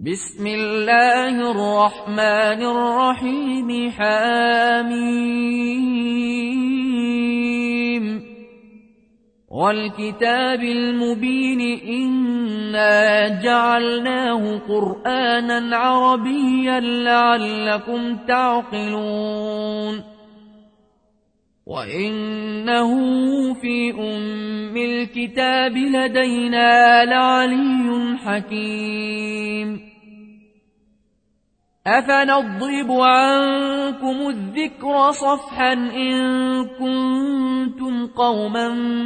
بسم الله الرحمن الرحيم حميم والكتاب المبين إنا جعلناه قرآنا عربيا لعلكم تعقلون وإنه في أم الكتاب لدينا لعلي حكيم أفنضرب عنكم الذكر صفحا إن كنتم قوما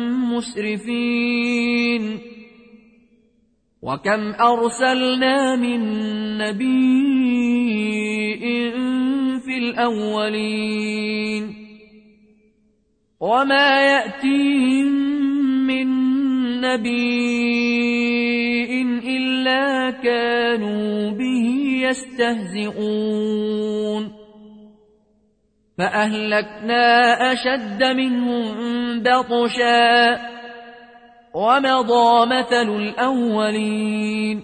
مسرفين وكم أرسلنا من نبي في الأولين وما يأتيهم من نبي إلا كانوا به يستهزئون فأهلكنا أشد منهم بطشا ومضى مثل الأولين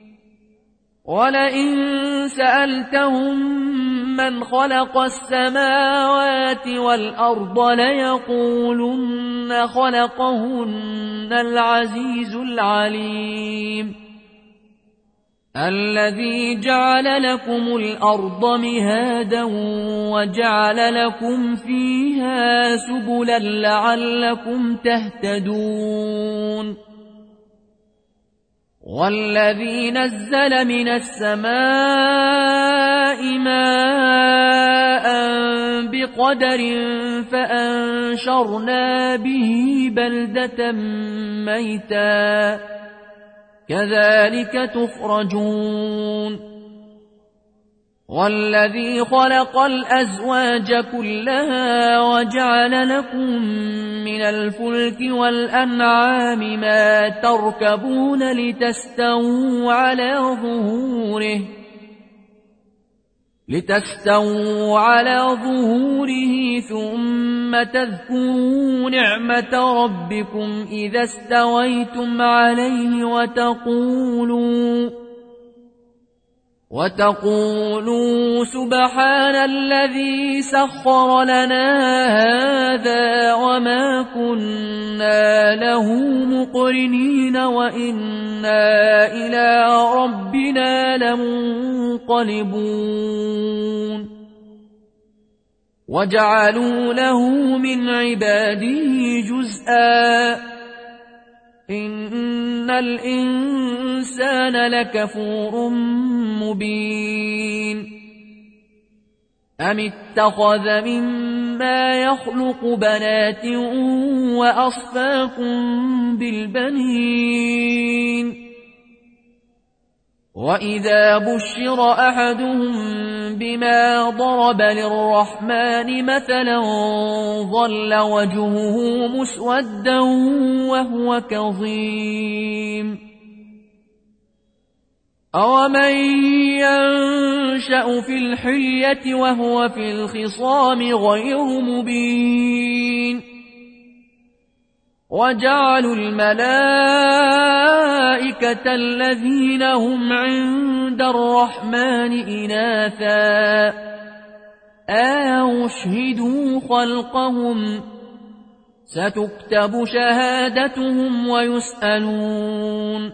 ولئن سألتهم من خلق السماوات والأرض ليقولن خلقهن العزيز العليم الذي جعل لكم الأرض مهادا وجعل لكم فيها سبلا لعلكم تهتدون والذي نزل من السماء ماء بقدر فأنشرنا به بلدة ميتا كذلك تخرجون والذي خلق الأزواج كلها وجعل لكم من الفلك والأنعام ما تركبون لتستووا على ظهوره ثم تذكروا نعمة ربكم إذا استويتم عليه وتقولوا سبحان الذي سخر لنا هذا وما كنا له مقرنين وإنا إلى ربنا لمنقلبون وجعلوا له من عباده جزءا إن الإنسان لكفور مبين أم اتخذ مما يخلق بنات وأصفاكم بالبنين وإذا بشر أحدهم بما ضرب للرحمن مثلا ظل وجهه مسودا وهو كظيم أومن ينشأ في الحلية وهو في الخصام غير مبين وجعلوا الملائكة الذين هم عند الرحمن إناثا أشهدوا خلقهم ستكتب شهادتهم ويسألون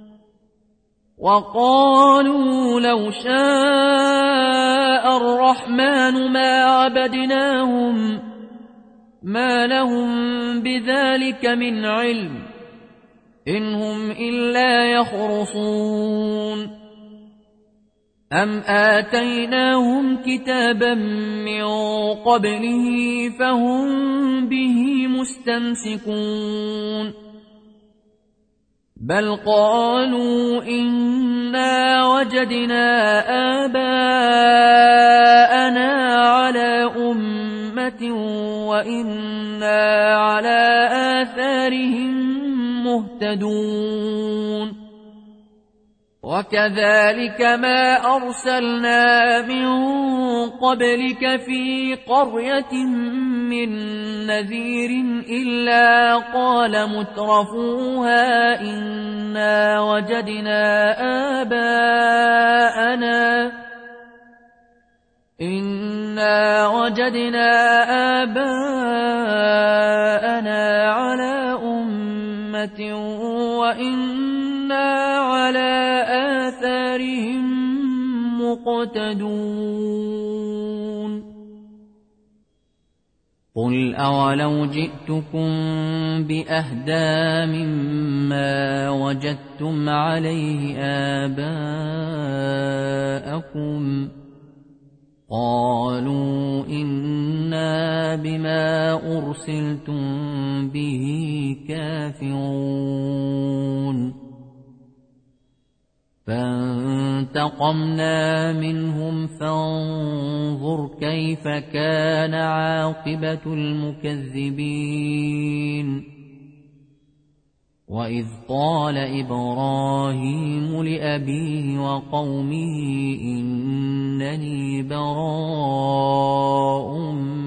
وقالوا لو شاء الرحمن ما عبدناهم ما لهم بذلك من علم إن هم إلا يخرصون أم آتيناهم كتابا من قبله فهم به مستمسكون بل قالوا إنا وجدنا آباءنا على أمة وإنا على آثارهم مهتدون وكذلك ما أرسلنا من قبلك في قرية من نذير إلا قال مترفوها إنا وجدنا آباءنا إنا وجدنا آباءنا على أمة وإنا على آثارهم مقتدون قل أولو جئتكم بأهدى مما وجدتم عليه آباءكم قالوا إنا بما أرسلتم به كافرون فانتقمنا منهم فانظر كيف كان عاقبة المكذبين وإذ قال إبراهيم لأبيه وقومه إنني براء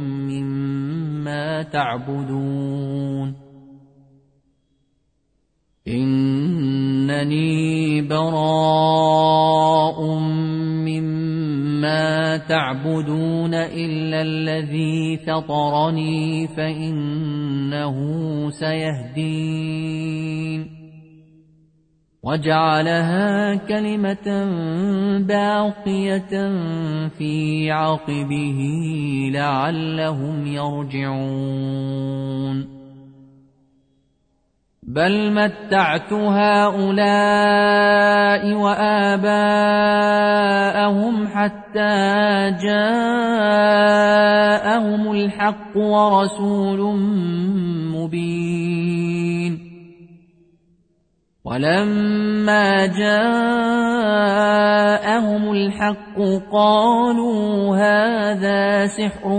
مما تعبدون إنني براء مما تعبدون إلا الذي فطرني فإنه سيهدين وجعلها كلمة باقية في عقبه لعلهم يرجعون بل متعت هؤلاء وآباءهم حتى جاءهم الحق ورسول مبين ولما جاءهم الحق قالوا هذا سحر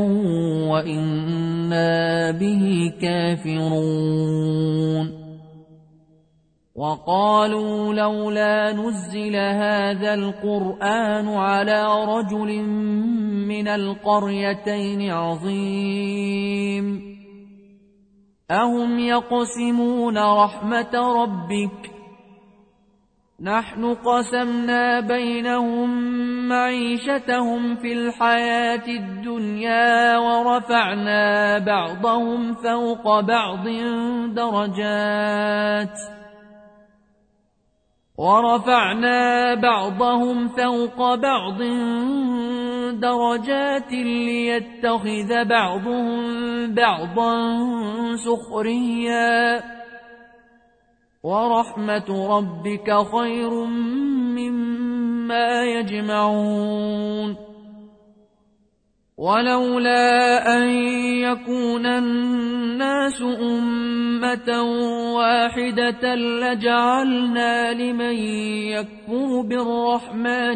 وإنا به كافرون وقالوا لولا نزل هذا القرآن على رجل من القريتين عظيم أهم يقسمون رحمة ربك نحن قسمنا بينهم معيشتهم في الحياة الدنيا ورفعنا بعضهم فوق بعض درجات ليتخذ بعضهم بعضا سخريا ورحمة ربك خير مما يجمعون ولولا أن يكون الناس أمة واحدة لجعلنا لمن يكفر بالرحمن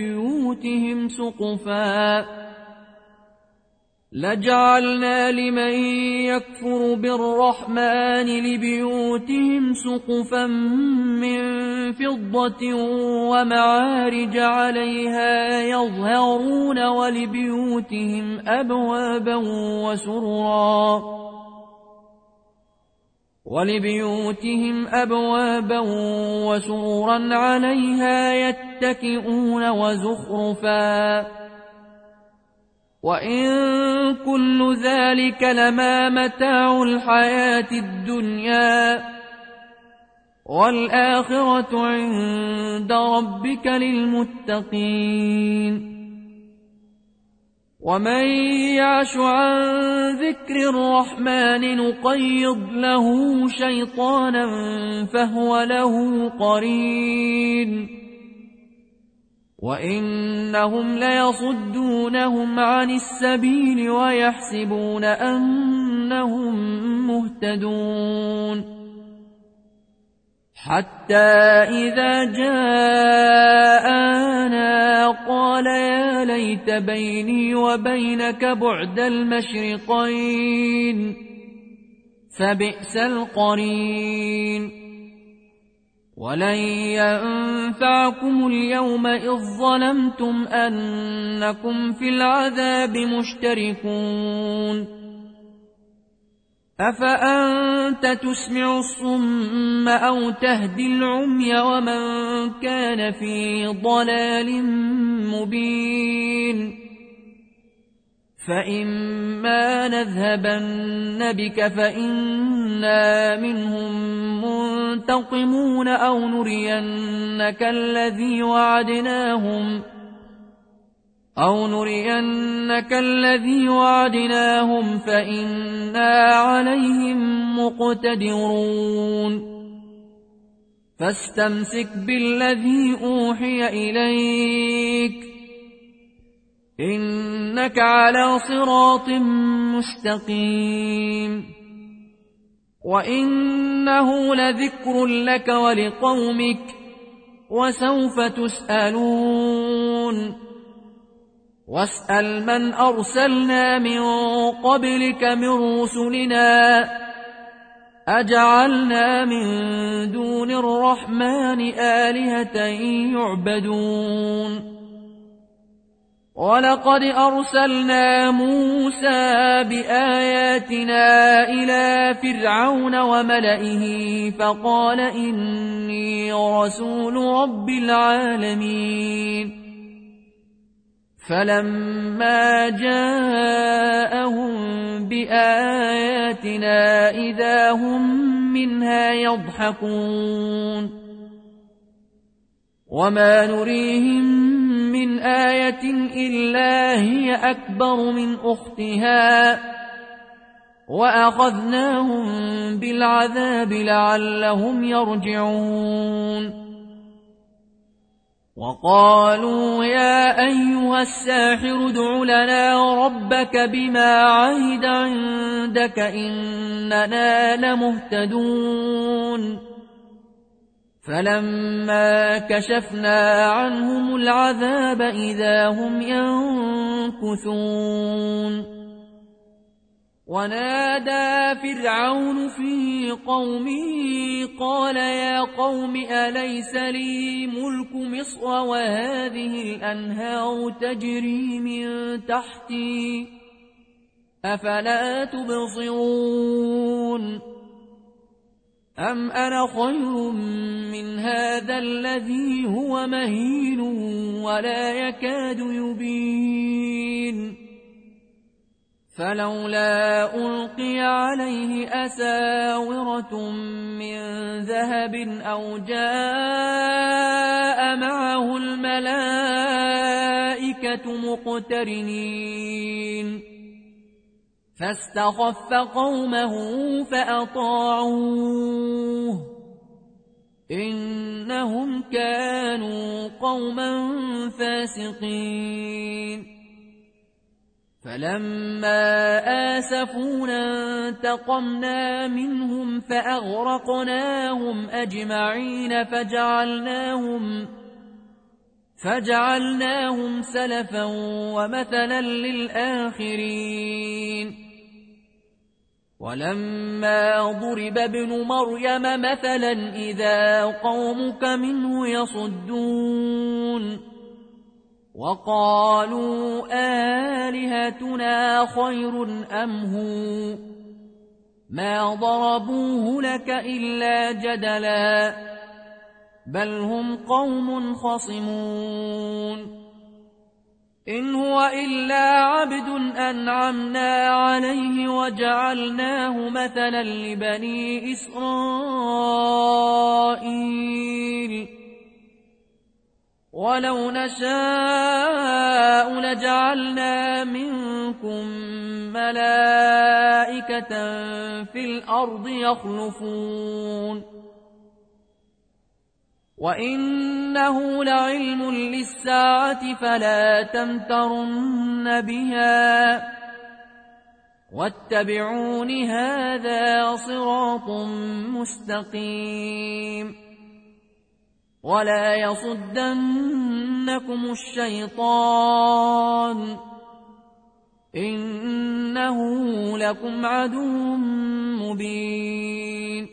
لبيوتهم سقفا من فضة ومعارج عليها يظهرون ولبيوتهم أبوابا وسررا عليها يتكئون وزخرفا وإن كل ذلك لما متاع الحياة الدنيا والآخرة عند ربك للمتقين ومن يعش عن ذكر الرحمن نقيض له شيطانا فهو له قرين وإنهم ليصدونهم عن السبيل ويحسبون أنهم مهتدون حتى إذا جاءنا قال يا ليت بيني وبينك بعد المشرقين فبئس القرين ولن ينفعكم اليوم إذ ظلمتم أنكم في العذاب مشتركون أفأنت تسمع الصم أو تهدي العمي ومن كان في ضلال مبين فإما نذهبن بك فإنا منهم منتقمون أو نرينك الذي وعدناهم فإنا عليهم مقتدرون فاستمسك بالذي أوحي إليك إنك على صراط مستقيم وإنه لذكر لك ولقومك وسوف تسألون واسأل من أرسلنا من قبلك من رسلنا أجعلنا من دون الرحمن آلهة يعبدون ولقد أرسلنا موسى بآياتنا إلى فرعون وملئه فقال إني رسول رب العالمين فلما جاءهم بآياتنا إذا هم منها يضحكون وما نريهم من آية إلا هي أكبر من أختها وأخذناهم بالعذاب لعلهم يرجعون وقالوا يا أيها الساحر ادع لنا ربك بما عهد عندك إننا لمهتدون فلما كشفنا عنهم العذاب إذا هم ينكثون ونادى فرعون في قومه قال يا قوم أليس لي ملك مصر وهذه الأنهار تجري من تحتي أفلا تبصرون أم أنا خير من هذا الذي هو مهين ولا يكاد يبين فلولا ألقي عليه أساورة من ذهب أو جاء معه الملائكة مقترنين فاستخف قومه فأطاعوه إنهم كانوا قوما فاسقين فلما آسفونا انتقمنا منهم فأغرقناهم أجمعين فجعلناهم سلفا ومثلا للآخرين ولما ضرب ابن مريم مثلا إذا قومك منه يصدون وقالوا آلهتنا خير أم هو ما ضربوه لك إلا جدلا بل هم قوم خصمون إن هو إلا عبد أنعمنا عليه وجعلناه مثلا لبني إسرائيل ولو نشاء لجعلنا منكم ملائكة في الأرض يخلفون وإنه لعلم للساعة فلا تمترن بها واتبعون هذا صراط مستقيم ولا يصدنكم الشيطان إنه لكم عدو مبين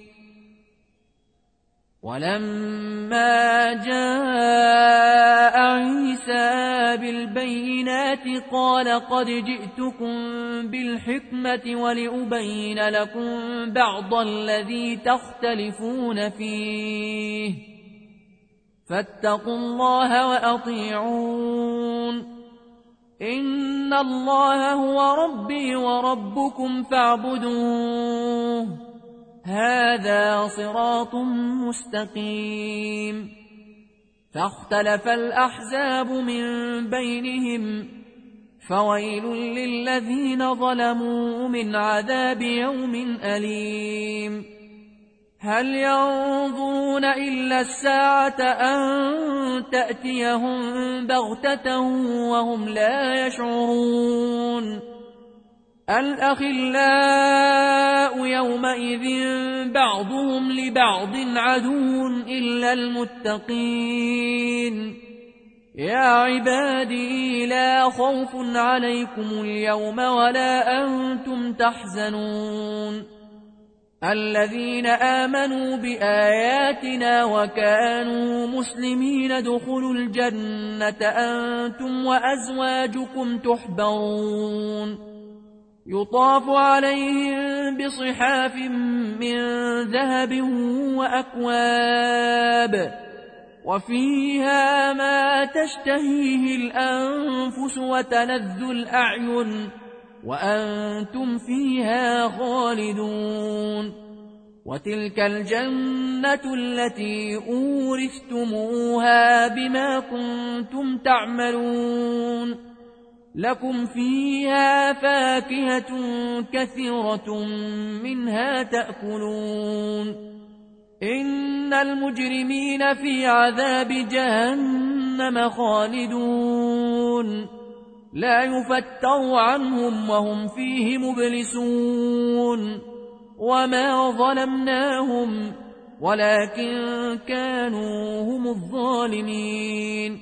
ولما جاء عيسى بالبينات قال قد جئتكم بالحكمة ولأبين لكم بعض الذي تختلفون فيه فاتقوا الله وأطيعون إن الله هو ربي وربكم فاعبدوه هذا صراط مستقيم فاختلف الأحزاب من بينهم فويل للذين ظلموا من عذاب يوم أليم هل ينظرون إلا الساعة أن تأتيهم بغتة وهم لا يشعرون الأخلاء يومئذ بعضهم لبعض عدو إلا المتقين يا عبادي لا خوف عليكم اليوم ولا أنتم تحزنون الذين آمنوا بآياتنا وكانوا مسلمين ادخلوا الجنة أنتم وأزواجكم تحبرون يطاف عليهم بصحاف من ذهب وأكواب وفيها ما تشتهيه الأنفس وتلذ الأعين وأنتم فيها خالدون وتلك الجنة التي أورثتموها بما كنتم تعملون لكم فيها فاكهة كثيرة منها تأكلون إن المجرمين في عذاب جهنم خالدون لا يفتر عنهم وهم فيه مبلسون وما ظلمناهم ولكن كانوا هم الظالمين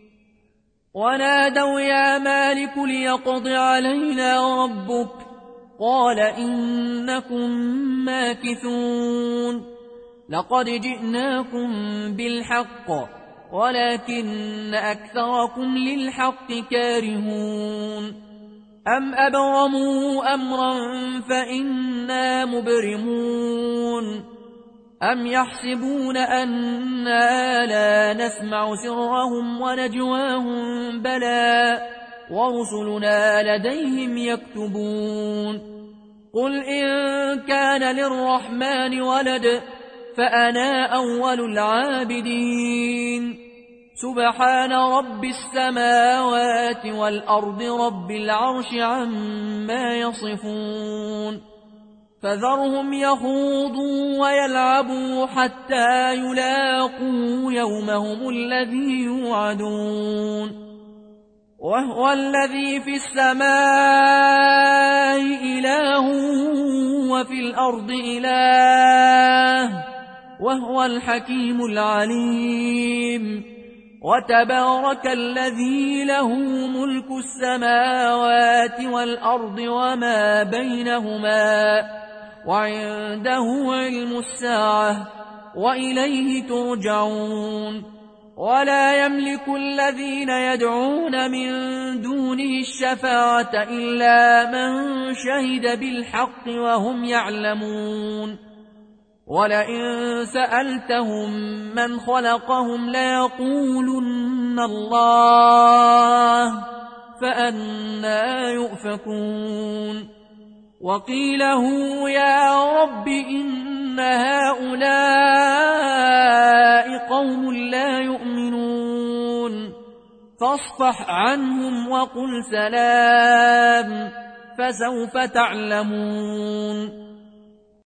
ونادوا يا مالك ليقض علينا ربك قال إنكم ماكثون لقد جئناكم بالحق ولكن أكثركم للحق كارهون أم أبرموا أمرا فإنا مبرمون أم يحسبون أننا لا نسمع سرهم ونجواهم بلى ورسلنا لديهم يكتبون قل إن كان للرحمن ولد فأنا أول العابدين سبحان رب السماوات والأرض رب العرش عما يصفون فذرهم يخوضوا ويلعبوا حتى يلاقوا يومهم الذي يوعدون وهو الذي في السماء إله وفي الأرض إله وهو الحكيم العليم وتبارك الذي له ملك السماوات والأرض وما بينهما وعنده علم الساعة وإليه ترجعون ولا يملك الذين يدعون من دونه الشفاعة إلا من شهد بالحق وهم يعلمون ولئن سألتهم من خلقهم ليقولن الله فأنى يؤفكون وقيله يا رب إن هؤلاء قوم لا يؤمنون فاصفح عنهم وقل سلام فسوف تعلمون